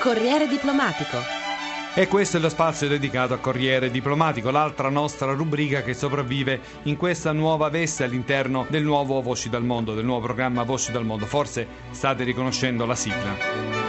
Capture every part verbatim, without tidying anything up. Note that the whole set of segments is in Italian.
Corriere Diplomatico. E questo è lo spazio dedicato a Corriere Diplomatico, l'altra nostra rubrica che sopravvive in questa nuova veste all'interno del nuovo Voci dal Mondo, del nuovo programma Voci dal Mondo. Forse state riconoscendo la sigla.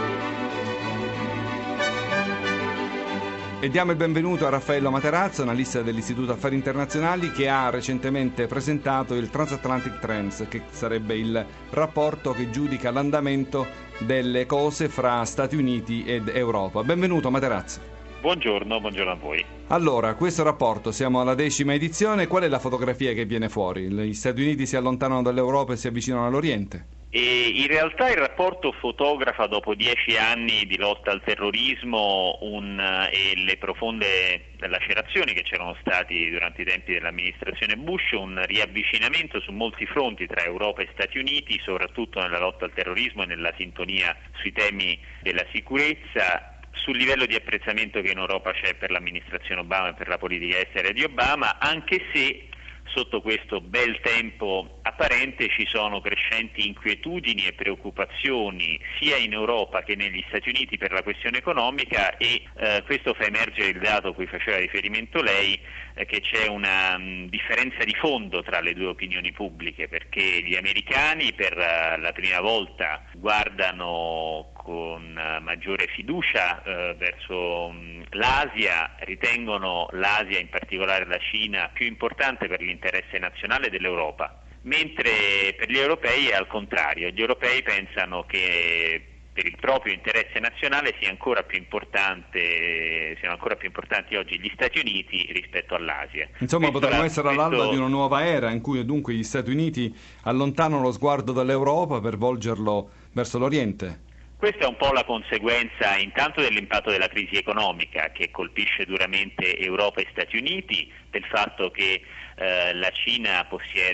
E diamo il benvenuto a Raffaello Materazzo, analista dell'Istituto Affari Internazionali, che ha recentemente presentato il Transatlantic Trends, che sarebbe il rapporto che giudica l'andamento delle cose fra Stati Uniti ed Europa. Benvenuto Materazzo. Buongiorno, buongiorno a voi. Allora, questo rapporto, siamo alla decima edizione, qual è la fotografia che viene fuori? Gli Stati Uniti si allontanano dall'Europa e si avvicinano all'Oriente? E in realtà il rapporto fotografa, dopo dieci anni di lotta al terrorismo un, e le profonde lacerazioni che c'erano stati durante i tempi dell'amministrazione Bush, un riavvicinamento su molti fronti tra Europa e Stati Uniti, soprattutto nella lotta al terrorismo e nella sintonia sui temi della sicurezza, sul livello di apprezzamento che in Europa c'è per l'amministrazione Obama e per la politica estera di Obama, anche se sotto questo bel tempo apparente ci sono crescenti inquietudini e preoccupazioni sia in Europa che negli Stati Uniti per la questione economica e eh, questo fa emergere il dato a cui faceva riferimento lei, eh, che c'è una mh, differenza di fondo tra le due opinioni pubbliche, perché gli americani per uh, la prima volta guardano con uh, maggiore fiducia uh, verso um, l'Asia, ritengono l'Asia, in particolare la Cina, più importante per l'interesse nazionale dell'Europa, mentre per gli europei è al contrario. Gli europei pensano che per il proprio interesse nazionale sia ancora più importante, siano ancora più importanti oggi gli Stati Uniti rispetto all'Asia. Insomma, questo potremmo la, essere questo... all'alba di una nuova era in cui dunque gli Stati Uniti allontanano lo sguardo dall'Europa per volgerlo verso l'Oriente. Questa è un po' la conseguenza intanto dell'impatto della crisi economica che colpisce duramente Europa e Stati Uniti, del fatto che eh, la Cina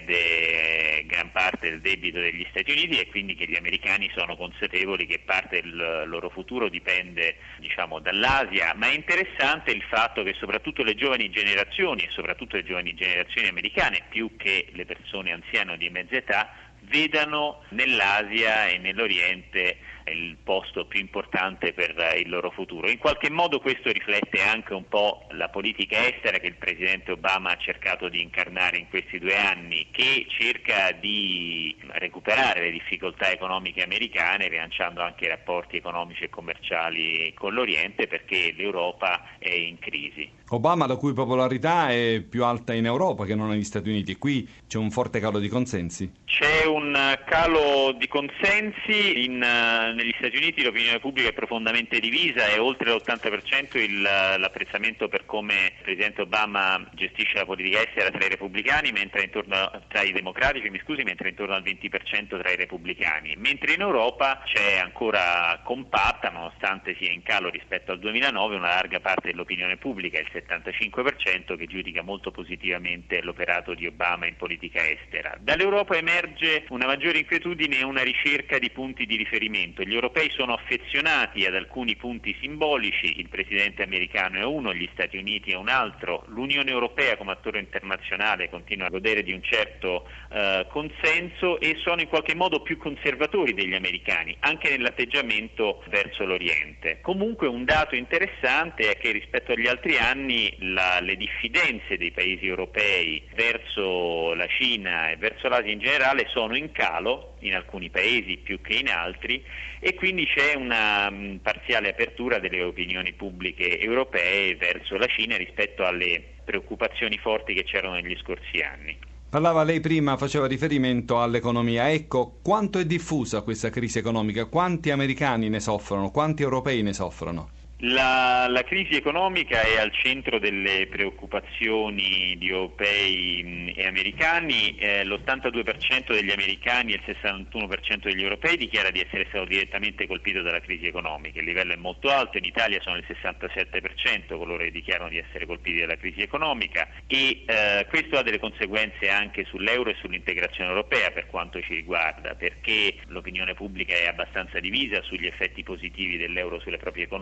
possiede gran parte del debito degli Stati Uniti e quindi che gli americani sono consapevoli che parte del loro futuro dipende, diciamo, dall'Asia, ma è interessante il fatto che soprattutto le giovani generazioni e soprattutto le giovani generazioni americane, più che le persone anziane o di mezza età, vedano nell'Asia e nell'Oriente il posto più importante per il loro futuro. In qualche modo questo riflette anche un po' la politica estera che il presidente Obama ha cercato di incarnare in questi due anni, che cerca di recuperare le difficoltà economiche americane, rilanciando anche i rapporti economici e commerciali con l'Oriente, perché l'Europa è in crisi. Obama, la cui popolarità è più alta in Europa che non negli Stati Uniti, e qui c'è un forte calo di consensi. C'è un calo di consensi, in, negli Stati Uniti l'opinione pubblica è profondamente divisa e oltre l'ottanta per cento il, l'apprezzamento per come il presidente Obama gestisce la politica estera tra i repubblicani, mentre intorno tra i democratici, mi scusi, mentre intorno al venti per cento tra i repubblicani. Mentre in Europa c'è ancora compatta, nonostante sia in calo rispetto al duemilanove, una larga parte dell'opinione pubblica, il settantacinque per cento, che giudica molto positivamente l'operato di Obama in politica estera. Dall'Europa emerge una maggiore inquietudine e una ricerca di punti di riferimento. Gli europei sono affezionati ad alcuni punti simbolici, il presidente americano è uno, gli Stati Uniti è un altro, l'Unione Europea come attore internazionale continua a godere di un certo eh, consenso e sono in qualche modo più conservatori degli americani, anche nell'atteggiamento verso l'Oriente. Comunque un dato interessante è che rispetto agli altri anni la, le diffidenze dei paesi europei verso la Cina e verso l'Asia in generale sono in calo, in alcuni paesi più che in altri, e quindi c'è una mh, parziale apertura delle opinioni pubbliche europee verso la Cina rispetto alle preoccupazioni forti che c'erano negli scorsi anni. Parlava lei prima, faceva riferimento all'economia. Ecco, quanto è diffusa questa crisi economica? Quanti americani ne soffrono? Quanti europei ne soffrono? La, la crisi economica è al centro delle preoccupazioni di europei mh, e americani. Eh, l'ottantadue per cento degli americani e il sessantuno per cento degli europei dichiara di essere stato direttamente colpito dalla crisi economica. Il livello è molto alto, in Italia sono il sessantasette per cento coloro che dichiarano di essere colpiti dalla crisi economica e eh, questo ha delle conseguenze anche sull'euro e sull'integrazione europea per quanto ci riguarda, perché l'opinione pubblica è abbastanza divisa sugli effetti positivi dell'euro sulle proprie economie.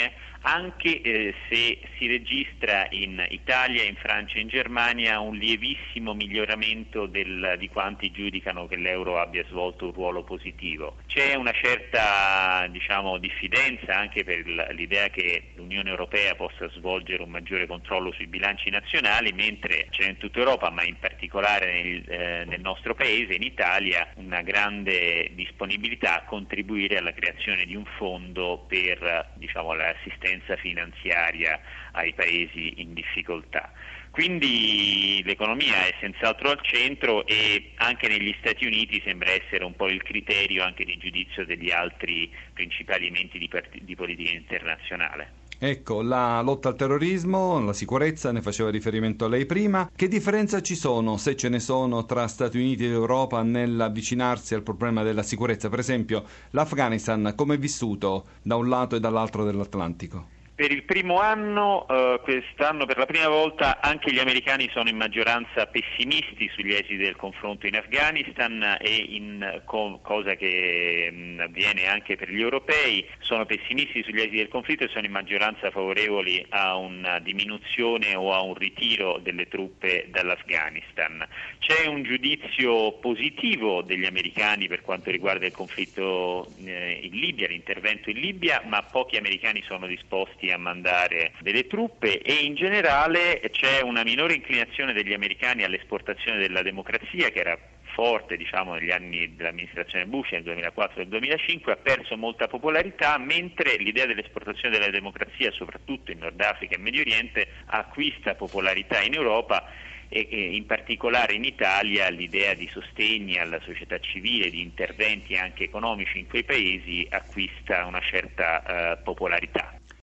recessione, anche eh, se si registra in Italia, in Francia e in Germania un lievissimo miglioramento del, di quanti giudicano che l'euro abbia svolto un ruolo positivo. C'è una certa, diciamo, diffidenza anche per l'idea che l'Unione Europea possa svolgere un maggiore controllo sui bilanci nazionali, mentre c'è in tutta Europa, ma in particolare nel, eh, nel nostro paese, in Italia, una grande disponibilità a contribuire alla creazione di un fondo per, diciamo, l'assistenza finanziaria ai paesi in difficoltà. Quindi l'economia è senz'altro al centro e anche negli Stati Uniti sembra essere un po' il criterio anche di giudizio degli altri principali elementi di, part- di politica internazionale. Ecco, la lotta al terrorismo, la sicurezza, ne faceva riferimento lei prima. Che differenza ci sono, se ce ne sono, tra Stati Uniti ed Europa nell'avvicinarsi al problema della sicurezza? Per esempio, l'Afghanistan come è vissuto da un lato e dall'altro dell'Atlantico? Per il primo anno, eh, quest'anno per la prima volta, anche gli americani sono in maggioranza pessimisti sugli esiti del confronto in Afghanistan e in co- cosa che mh, avviene anche per gli europei, sono pessimisti sugli esiti del conflitto e sono in maggioranza favorevoli a una diminuzione o a un ritiro delle truppe dall'Afghanistan. C'è un giudizio positivo degli americani per quanto riguarda il conflitto eh, in Libia, l'intervento in Libia, ma pochi americani sono disposti a mandare delle truppe e in generale c'è una minore inclinazione degli americani all'esportazione della democrazia, che era forte, diciamo, negli anni dell'amministrazione Bush, nel duemilaquattro e nel duemilacinque, ha perso molta popolarità, mentre l'idea dell'esportazione della democrazia, soprattutto in Nord Africa e Medio Oriente, acquista popolarità in Europa e in particolare in Italia l'idea di sostegni alla società civile, di interventi anche economici in quei paesi acquista una certa eh, popolarità.